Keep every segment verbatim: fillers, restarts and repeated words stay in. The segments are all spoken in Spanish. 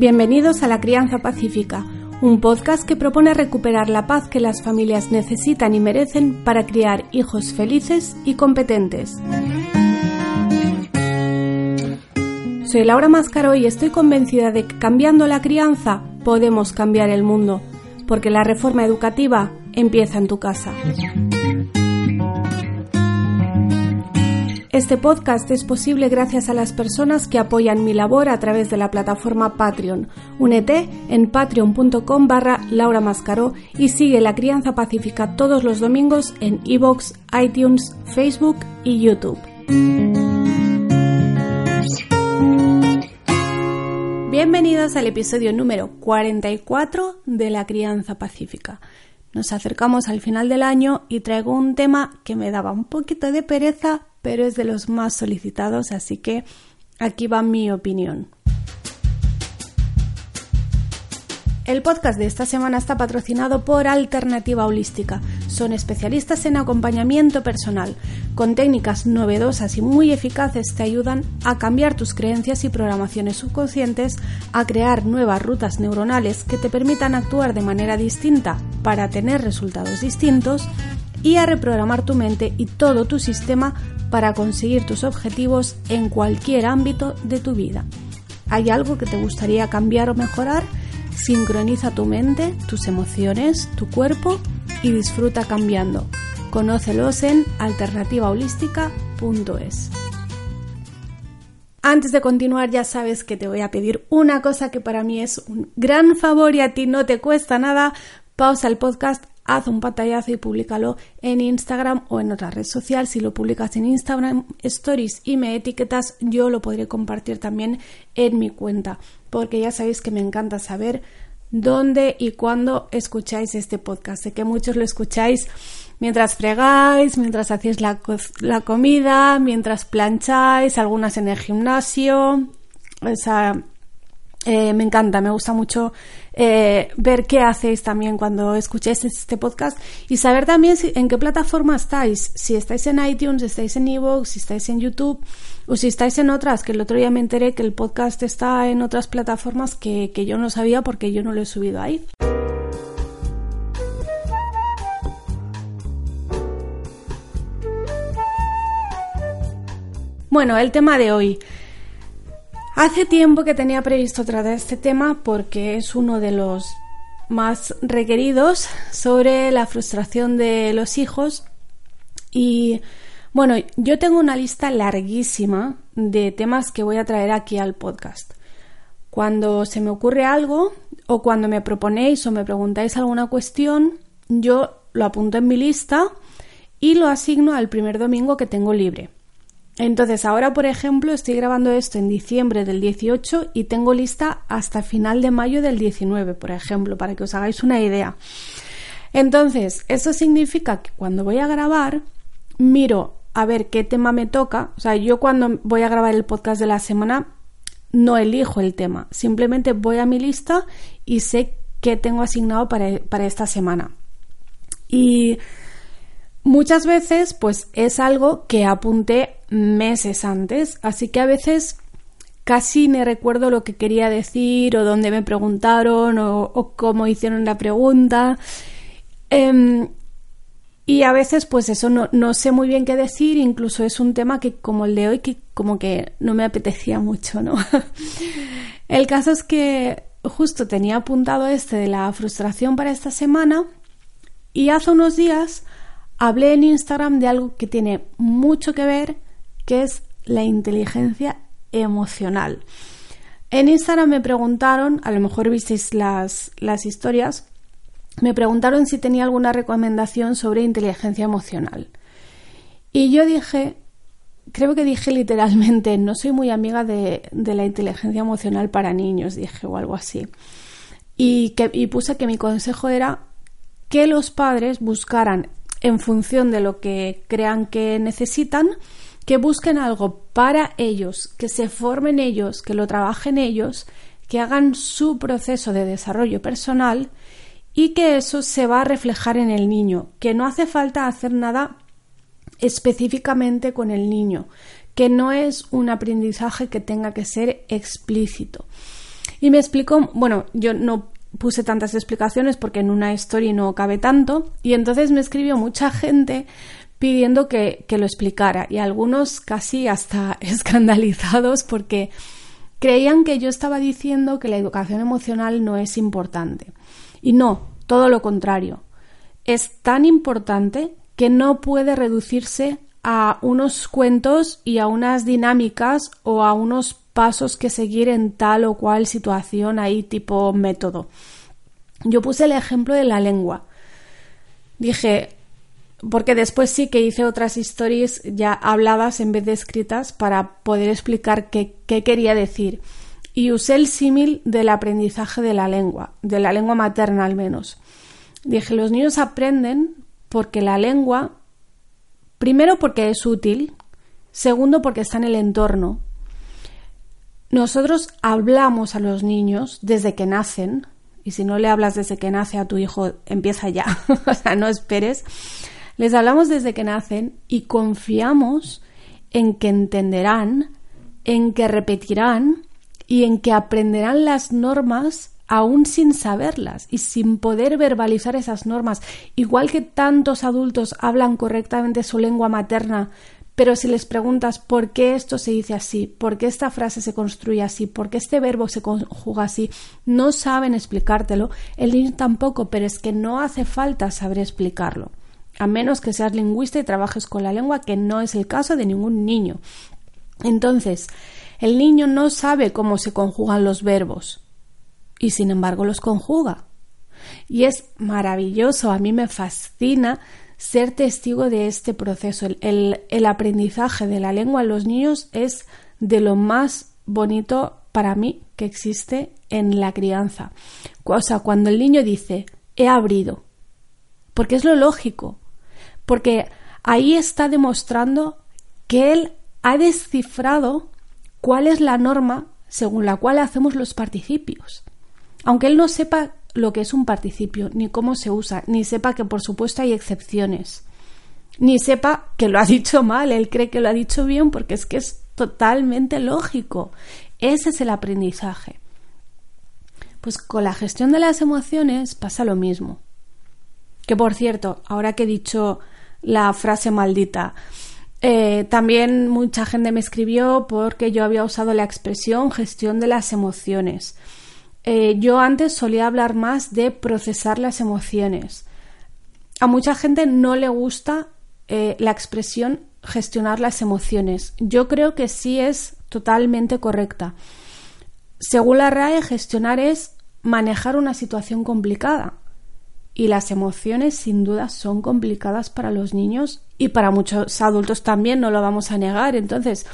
Bienvenidos a La Crianza Pacífica, un podcast que propone recuperar la paz que las familias necesitan y merecen para criar hijos felices y competentes. Soy Laura Mascaró y estoy convencida de que cambiando la crianza podemos cambiar el mundo, porque la reforma educativa empieza en tu casa. Este podcast es posible gracias a las personas que apoyan mi labor a través de la plataforma Patreon. Únete en patreon.com barra Laura Mascaró y sigue La Crianza Pacífica todos los domingos en iVoox, iTunes, Facebook y YouTube. Bienvenidos al episodio número cuarenta y cuatro de La Crianza Pacífica. Nos acercamos al final del año y traigo un tema que me daba un poquito de pereza, pero es de los más solicitados, así que aquí va mi opinión. El podcast de esta semana está patrocinado por Alternativa Holística. Son especialistas en acompañamiento personal. Con técnicas novedosas y muy eficaces te ayudan a cambiar tus creencias y programaciones subconscientes, a crear nuevas rutas neuronales que te permitan actuar de manera distinta para tener resultados distintos y a reprogramar tu mente y todo tu sistema para conseguir tus objetivos en cualquier ámbito de tu vida. ¿Hay algo que te gustaría cambiar o mejorar? Sincroniza tu mente, tus emociones, tu cuerpo y disfruta cambiando. Conócelos en alternativa holística punto es. Antes de continuar, ya sabes que te voy a pedir una cosa que para mí es un gran favor y a ti no te cuesta nada. Pausa el podcast, haz un pantallazo y públicalo en Instagram o en otra red social. Si lo publicas en Instagram Stories y me etiquetas, yo lo podré compartir también en mi cuenta, porque ya sabéis que me encanta saber dónde y cuándo escucháis este podcast. Sé que muchos lo escucháis mientras fregáis, mientras hacéis la, co- la comida, mientras plancháis, algunas en el gimnasio. O sea, eh, me encanta, me gusta mucho eh, ver qué hacéis también cuando escucháis este podcast y saber también si, en qué plataforma estáis. Si estáis en iTunes, si estáis en iVoox, si estáis en YouTube o si estáis en otras, que el otro día me enteré que el podcast está en otras plataformas que, que yo no sabía porque yo no lo he subido ahí. Bueno, el tema de hoy. Hace tiempo que tenía previsto tratar este tema porque es uno de los más requeridos sobre la frustración de los hijos y bueno, yo tengo una lista larguísima de temas que voy a traer aquí al podcast. Cuando se me ocurre algo o cuando me proponéis o me preguntáis alguna cuestión, yo lo apunto en mi lista y lo asigno al primer domingo que tengo libre. Entonces ahora, por ejemplo, estoy grabando esto en diciembre del dieciocho y tengo lista hasta final de mayo del diecinueve, por ejemplo, para que os hagáis una idea. Entonces, eso significa que cuando voy a grabar, miro a ver qué tema me toca. O sea, yo cuando voy a grabar el podcast de la semana no elijo el tema, simplemente voy a mi lista y sé qué tengo asignado para, para esta semana. Y muchas veces pues es algo que apunté meses antes, así que a veces casi me recuerdo lo que quería decir o dónde me preguntaron o, o cómo hicieron la pregunta. Eh, y a veces pues eso no, no sé muy bien qué decir, incluso es un tema que como el de hoy que como que no me apetecía mucho, ¿no? El caso es que justo tenía apuntado este de la frustración para esta semana y hace unos días hablé en Instagram de algo que tiene mucho que ver, que es la inteligencia emocional. En Instagram me preguntaron, a lo mejor visteis las, las historias, me preguntaron si tenía alguna recomendación sobre inteligencia emocional. Y yo dije, creo que dije literalmente, no soy muy amiga de, de la inteligencia emocional para niños, dije, o algo así. Y, que, y puse que mi consejo era que los padres buscaran, en función de lo que crean que necesitan, que busquen algo para ellos, que se formen ellos, que lo trabajen ellos, que hagan su proceso de desarrollo personal y que eso se va a reflejar en el niño, que no hace falta hacer nada específicamente con el niño, que no es un aprendizaje que tenga que ser explícito. Y me explicó, bueno, yo no puse tantas explicaciones porque en una story no cabe tanto, y entonces me escribió mucha gente pidiendo que, que lo explicara, y algunos casi hasta escandalizados porque creían que yo estaba diciendo que la educación emocional no es importante. Y no, todo lo contrario. Es tan importante que no puede reducirse a unos cuentos y a unas dinámicas o a unos pasos que seguir en tal o cual situación ahí tipo método. Yo puse el ejemplo de la lengua. Dije, porque después sí que hice otras stories ya habladas en vez de escritas para poder explicar qué, qué quería decir. Y usé el símil del aprendizaje de la lengua, de la lengua materna al menos. Dije, los niños aprenden porque la lengua, primero porque es útil, segundo porque está en el entorno. Nosotros hablamos a los niños desde que nacen, y si no le hablas desde que nace a tu hijo, empieza ya, o sea, no esperes. Les hablamos desde que nacen y confiamos en que entenderán, en que repetirán y en que aprenderán las normas aún sin saberlas y sin poder verbalizar esas normas. Igual que tantos adultos hablan correctamente su lengua materna, pero si les preguntas por qué esto se dice así, por qué esta frase se construye así, por qué este verbo se conjuga así, no saben explicártelo, el niño tampoco, pero es que no hace falta saber explicarlo, a menos que seas lingüista y trabajes con la lengua, que no es el caso de ningún niño. Entonces, el niño no sabe cómo se conjugan los verbos y sin embargo los conjuga. Y es maravilloso, a mí me fascina ser testigo de este proceso. El, el, el aprendizaje de la lengua en los niños es de lo más bonito para mí que existe en la crianza. O sea, cuando el niño dice, he abrido, porque es lo lógico, porque ahí está demostrando que él ha descifrado cuál es la norma según la cual hacemos los participios. Aunque él no sepa lo que es un participio, ni cómo se usa, ni sepa que por supuesto hay excepciones, ni sepa que lo ha dicho mal, él cree que lo ha dicho bien porque es que es totalmente lógico. Ese es el aprendizaje. Pues con la gestión de las emociones pasa lo mismo. Que por cierto, ahora que he dicho la frase maldita, eh, también mucha gente me escribió porque yo había usado la expresión gestión de las emociones. Eh, yo antes solía hablar más de procesar las emociones. A mucha gente no le gusta eh, la expresión gestionar las emociones. Yo creo que sí es totalmente correcta. Según la R A E, gestionar es manejar una situación complicada. Y las emociones sin duda son complicadas para los niños y para muchos adultos también, no lo vamos a negar. Entonces,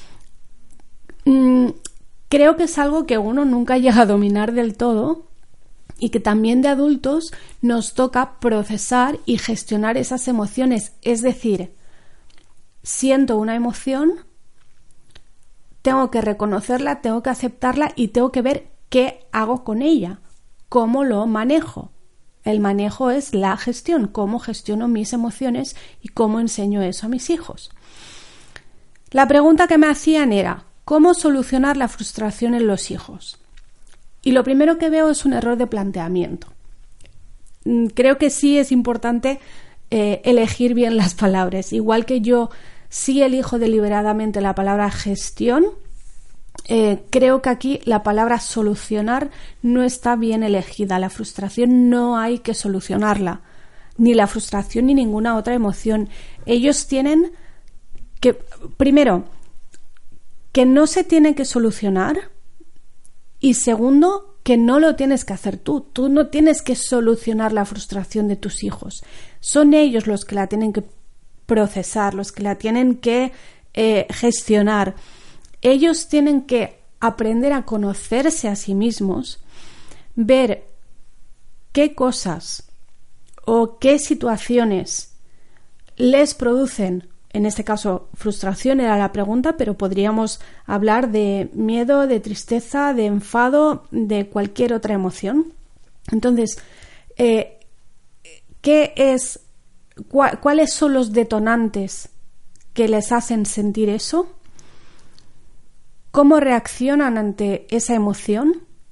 mmm, creo que es algo que uno nunca llega a dominar del todo y que también de adultos nos toca procesar y gestionar esas emociones. Es decir, siento una emoción, tengo que reconocerla, tengo que aceptarla y tengo que ver qué hago con ella, cómo lo manejo. El manejo es la gestión, cómo gestiono mis emociones y cómo enseño eso a mis hijos. La pregunta que me hacían era, ¿cómo solucionar la frustración en los hijos? Y lo primero que veo es un error de planteamiento. Creo que sí es importante eh, elegir bien las palabras. Igual que yo sí elijo deliberadamente la palabra gestión, eh, creo que aquí la palabra solucionar no está bien elegida. La frustración no hay que solucionarla. Ni la frustración ni ninguna otra emoción. Ellos tienen que, primero, que no se tiene que solucionar y segundo, que no lo tienes que hacer tú. Tú no tienes que solucionar la frustración de tus hijos. Son ellos los que la tienen que procesar, los que la tienen que eh, gestionar. Ellos tienen que aprender a conocerse a sí mismos, ver qué cosas o qué situaciones les producen. En este caso, frustración era la pregunta, pero podríamos hablar de miedo, de tristeza, de enfado, de cualquier otra emoción. Entonces, eh, ¿qué es, cua, ¿cuáles son los detonantes que les hacen sentir eso? ¿Cómo reaccionan ante esa emoción?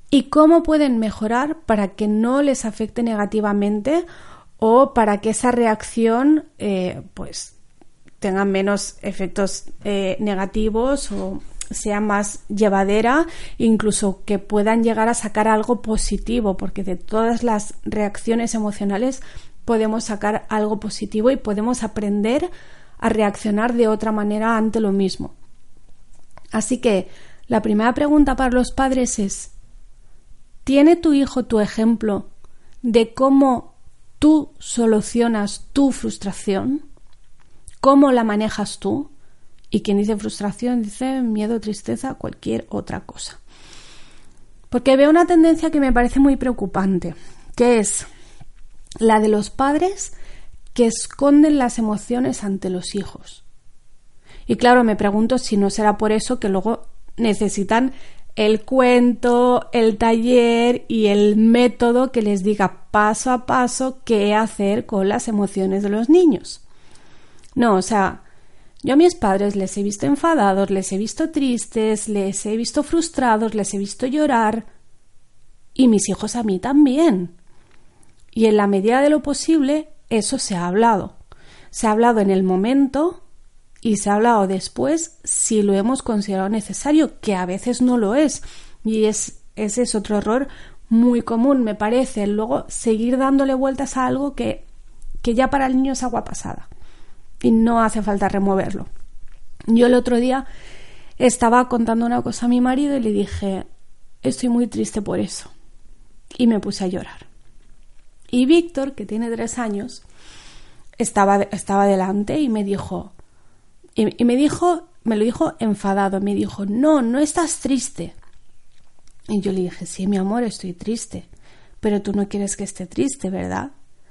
y cómo pueden mejorar para que no les afecte negativamente o para que esa reacción eh, pues tenga menos efectos eh, negativos o sea más llevadera, incluso que puedan llegar a sacar algo positivo, porque de todas las reacciones emocionales podemos sacar algo positivo y podemos aprender a reaccionar de otra manera ante lo mismo. Así que la primera pregunta para los padres es: ¿tiene tu hijo tu ejemplo de cómo tú solucionas tu frustración? ¿Cómo la manejas tú? Y quien dice frustración dice miedo, tristeza, cualquier otra cosa. Porque veo una tendencia que me parece muy preocupante, que es la de los padres que esconden las emociones ante los hijos. Y claro, me pregunto si no será por eso que luego necesitan el cuento, el taller y el método que les diga paso a paso qué hacer con las emociones de los niños. No, o sea, yo a mis padres les he visto enfadados, les he visto tristes, les he visto frustrados, les he visto llorar, y mis hijos a mí también. Y en la medida de lo posible eso se ha hablado. Se ha hablado en el momento y se ha hablado después si lo hemos considerado necesario, que a veces no lo es. Y es, ese es otro error muy común, me parece. Luego seguir dándole vueltas a algo que, que ya para el niño es agua pasada y no hace falta removerlo. Yo el otro día estaba contando una cosa a mi marido y le dije: estoy muy triste por eso. Y me puse a llorar. Y Víctor, que tiene tres años, estaba, estaba delante y me dijo, y, y me dijo, me lo dijo enfadado, me dijo: no, no estás triste. Y yo le dije: sí, mi amor, estoy triste, pero tú no quieres que esté triste, ¿verdad?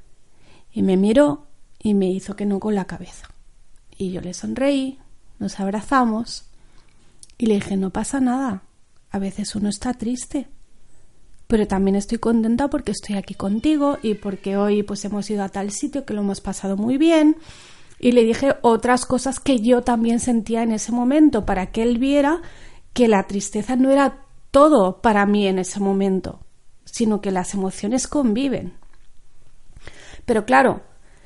Y me miró y me hizo que no con la cabeza. Y yo le sonreí, nos abrazamos y le dije: no pasa nada, a veces uno está triste, pero también estoy contenta porque estoy aquí contigo y porque hoy pues hemos ido a tal sitio que lo hemos pasado muy bien. Y le dije otras cosas que yo también sentía en ese momento para que él viera que la tristeza no era todo para mí en ese momento, sino que las emociones conviven. Pero claro,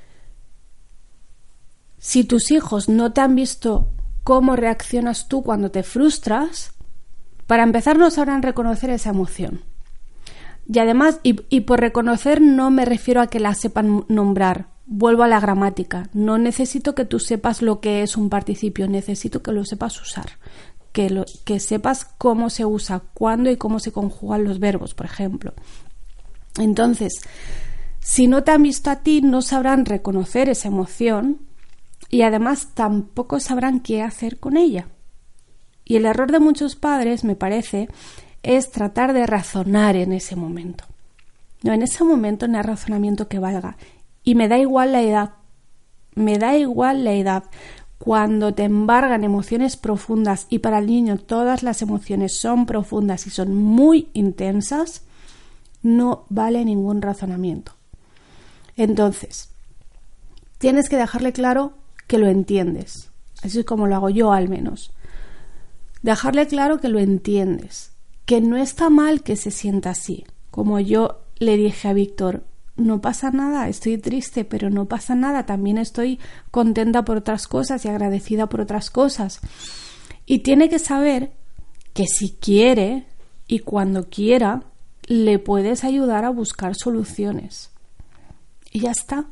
si tus hijos no te han visto cómo reaccionas tú cuando te frustras, para empezar no sabrán reconocer esa emoción. Y además, y, y por reconocer no me refiero a que la sepan nombrar. Vuelvo a la gramática. No necesito que tú sepas lo que es un participio, necesito que lo sepas usar. Que, lo, que sepas cómo se usa, cuándo y cómo se conjugan los verbos, por ejemplo. Entonces, si no te han visto a ti, no sabrán reconocer esa emoción y además tampoco sabrán qué hacer con ella. Y el error de muchos padres, me parece, es tratar de razonar en ese momento. No, en ese momento no hay razonamiento que valga. Y me da igual la edad. Me da igual la edad. Cuando te embargan emociones profundas, y para el niño todas las emociones son profundas y son muy intensas, no vale ningún razonamiento. Entonces, tienes que dejarle claro que lo entiendes. Así es como lo hago yo, al menos. Dejarle claro que lo entiendes, que no está mal que se sienta así. Como yo le dije a Víctor: no pasa nada, estoy triste, pero no pasa nada, también estoy contenta por otras cosas y agradecida por otras cosas. Y tiene que saber que si quiere y cuando quiera, le puedes ayudar a buscar soluciones. Y ya está.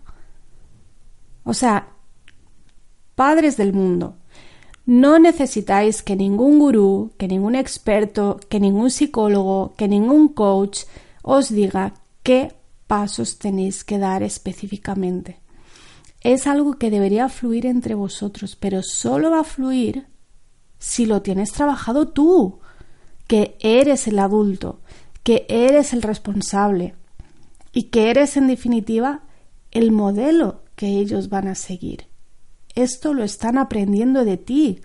O sea, padres del mundo, no necesitáis que ningún gurú, que ningún experto, que ningún psicólogo, que ningún coach os diga qué pasos tenéis que dar específicamente. Es algo que debería fluir entre vosotros, pero solo va a fluir si lo tienes trabajado tú, que eres el adulto, que eres el responsable y que eres en definitiva el modelo que ellos van a seguir. Esto lo están aprendiendo de ti.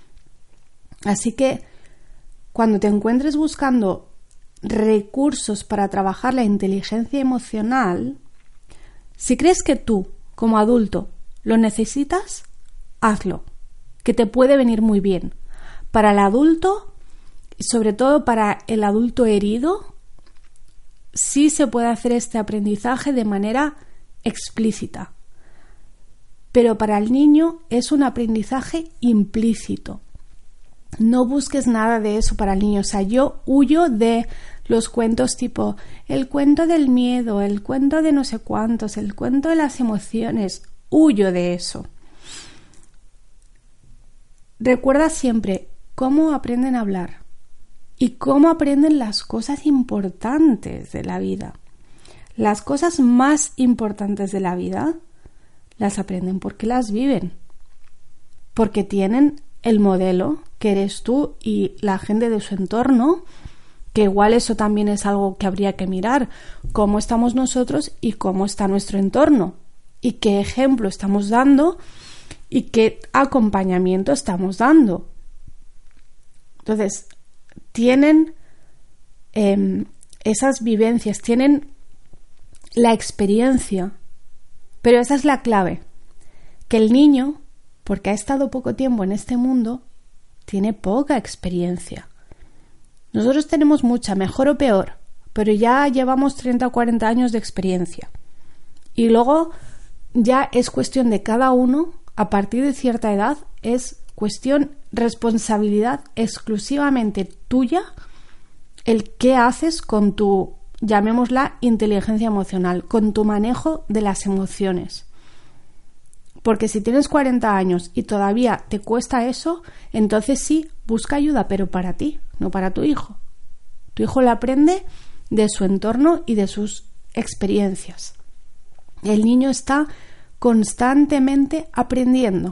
Así que cuando te encuentres buscando recursos para trabajar la inteligencia emocional, si crees que tú, como adulto, lo necesitas, hazlo, que te puede venir muy bien. Para el adulto, y sobre todo para el adulto herido, sí se puede hacer este aprendizaje de manera explícita. Pero para el niño es un aprendizaje implícito. No busques nada de eso para el niño. O sea, yo huyo de los cuentos tipo el cuento del miedo, el cuento de no sé cuántos, el cuento de las emociones. Huyo de eso. Recuerda siempre cómo aprenden a hablar y cómo aprenden las cosas importantes de la vida. Las cosas más importantes de la vida las aprenden porque las viven, porque tienen el modelo que eres tú y la gente de su entorno, que igual eso también es algo que habría que mirar, cómo estamos nosotros y cómo está nuestro entorno y qué ejemplo estamos dando y qué acompañamiento estamos dando. Entonces, tienen eh, esas vivencias, tienen la experiencia, pero esa es la clave, que el niño, porque ha estado poco tiempo en este mundo, tiene poca experiencia. Nosotros tenemos mucha, mejor o peor, pero ya llevamos treinta o cuarenta años de experiencia. Y luego ya es cuestión de cada uno, a partir de cierta edad, es cuestión, responsabilidad exclusivamente tuya, el qué haces con tu, llamémosla, inteligencia emocional, con tu manejo de las emociones. Porque si tienes cuarenta años y todavía te cuesta eso, entonces sí, busca ayuda, pero para ti, no para tu hijo. Tu hijo lo aprende de su entorno y de sus experiencias. El niño está constantemente aprendiendo.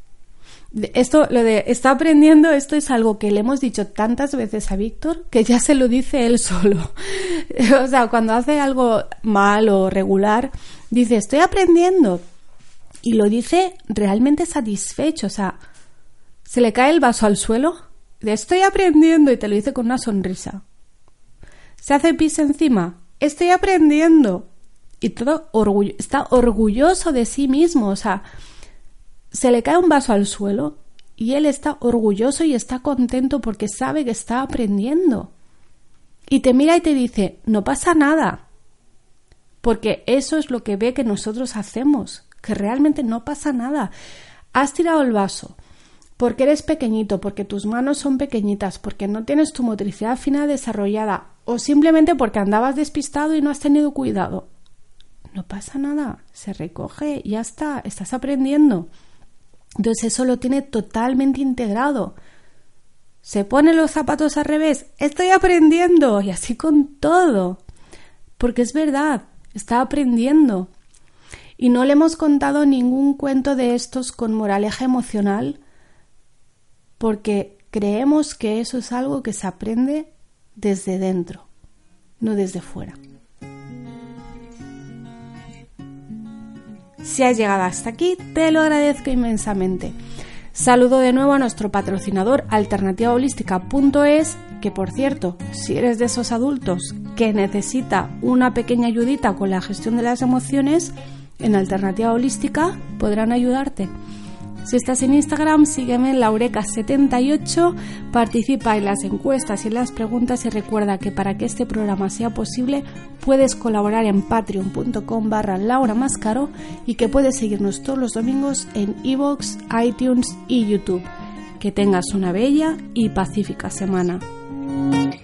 Esto, lo de está aprendiendo, esto es algo que le hemos dicho tantas veces a Víctor que ya se lo dice él solo. O sea, cuando hace algo mal o regular, dice, estoy aprendiendo. Y lo dice realmente satisfecho. O sea, se le cae el vaso al suelo, de estoy aprendiendo, y te lo dice con una sonrisa. Se hace pis encima, estoy aprendiendo. Y todo orgullo, está orgulloso de sí mismo. O sea, se le cae un vaso al suelo y él está orgulloso y está contento porque sabe que está aprendiendo. Y te mira y te dice, no pasa nada. Porque eso es lo que ve que nosotros hacemos, que realmente no pasa nada. Has tirado el vaso porque eres pequeñito, porque tus manos son pequeñitas, porque no tienes tu motricidad fina desarrollada o simplemente porque andabas despistado y no has tenido cuidado. No pasa nada, se recoge y ya está, estás aprendiendo. Entonces eso lo tiene totalmente integrado. Se pone los zapatos al revés, estoy aprendiendo, y así con todo. Porque es verdad, está aprendiendo. Y no le hemos contado ningún cuento de estos con moraleja emocional, porque creemos que eso es algo que se aprende desde dentro, no desde fuera. Si has llegado hasta aquí, te lo agradezco inmensamente. Saludo de nuevo a nuestro patrocinador alternativa holística punto es, que por cierto, si eres de esos adultos que necesita una pequeña ayudita con la gestión de las emociones, en Alternativa Holística podrán ayudarte. Si estás en Instagram, sígueme en Laureka setenta y ocho, participa en las encuestas y en las preguntas y recuerda que para que este programa sea posible puedes colaborar en patreon punto com barra Laura Mascaro y que puedes seguirnos todos los domingos en iVoox, iTunes y YouTube. Que tengas una bella y pacífica semana.